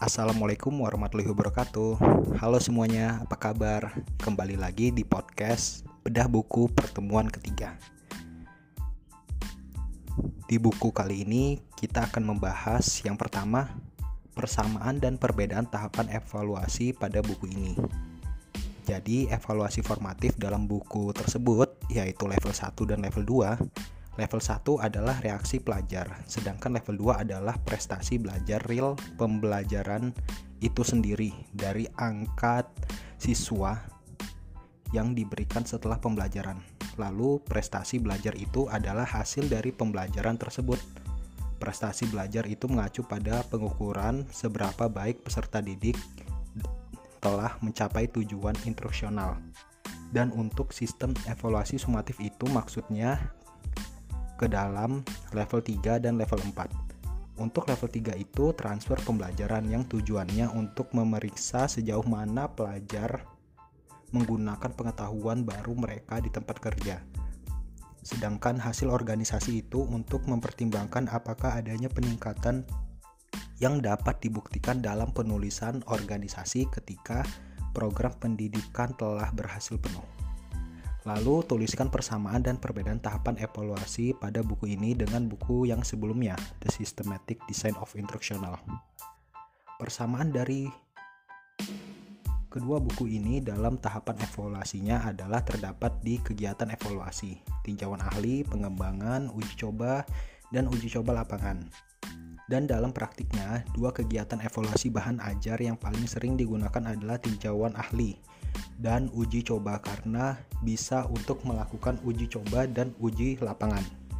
Assalamualaikum warahmatullahi wabarakatuh. Halo semuanya, apa kabar? Kembali lagi di podcast Bedah Buku pertemuan ketiga. Di buku kali ini kita akan membahas yang pertama, persamaan dan perbedaan tahapan evaluasi pada buku ini. Jadi evaluasi formatif dalam buku tersebut yaitu level 1 dan level 2. Level 1 adalah reaksi pelajar, sedangkan level 2 adalah prestasi belajar real pembelajaran itu sendiri dari angka siswa yang diberikan setelah pembelajaran. Lalu prestasi belajar itu adalah hasil dari pembelajaran tersebut. Prestasi belajar itu mengacu pada pengukuran seberapa baik peserta didik telah mencapai tujuan instruksional. Dan untuk sistem evaluasi sumatif itu maksudnya ke dalam level 3 dan level 4. Untuk level 3 itu transfer pembelajaran yang tujuannya untuk memeriksa sejauh mana pelajar menggunakan pengetahuan baru mereka di tempat kerja. Sedangkan hasil organisasi itu untuk mempertimbangkan apakah adanya peningkatan yang dapat dibuktikan dalam penulisan organisasi ketika program pendidikan telah berhasil penuh. Lalu tuliskan persamaan dan perbedaan tahapan evaluasi pada buku ini dengan buku yang sebelumnya, The Systematic Design of Instructional. Persamaan dari kedua buku ini dalam tahapan evaluasinya adalah terdapat di kegiatan evaluasi, tinjauan ahli, pengembangan, uji coba, dan uji coba lapangan. Dan dalam praktiknya, dua kegiatan evaluasi bahan ajar yang paling sering digunakan adalah tinjauan ahli dan uji coba karena bisa untuk melakukan uji coba dan uji lapangan.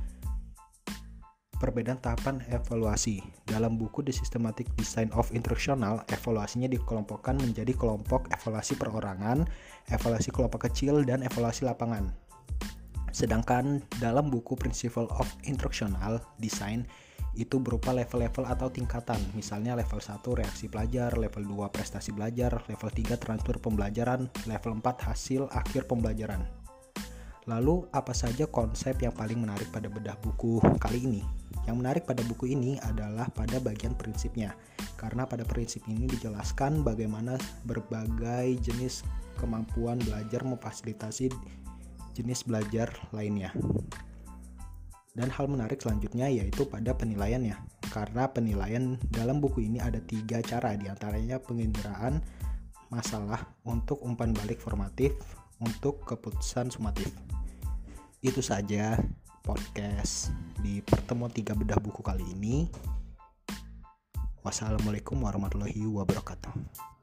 Perbedaan tahapan evaluasi. Dalam buku The Systematic Design of Instructional, evaluasinya dikelompokkan menjadi kelompok evaluasi perorangan, evaluasi kelompok kecil, dan evaluasi lapangan. Sedangkan dalam buku Principle of Instructional Design itu berupa level-level atau tingkatan, misalnya level 1 reaksi pelajar, level 2 prestasi belajar, level 3 transfer pembelajaran, level 4 hasil akhir pembelajaran. Lalu apa saja konsep yang paling menarik pada bedah buku kali ini? Yang menarik pada buku ini adalah pada bagian prinsipnya, karena pada prinsip ini dijelaskan bagaimana berbagai jenis kemampuan belajar memfasilitasi jenis belajar lainnya. Dan hal menarik selanjutnya yaitu pada penilaiannya, karena penilaian dalam buku ini ada 3 cara, diantaranya penginderaan masalah, untuk umpan balik formatif, untuk keputusan sumatif. Itu saja podcast di pertemuan 3 bedah buku kali ini. Wassalamualaikum warahmatullahi wabarakatuh.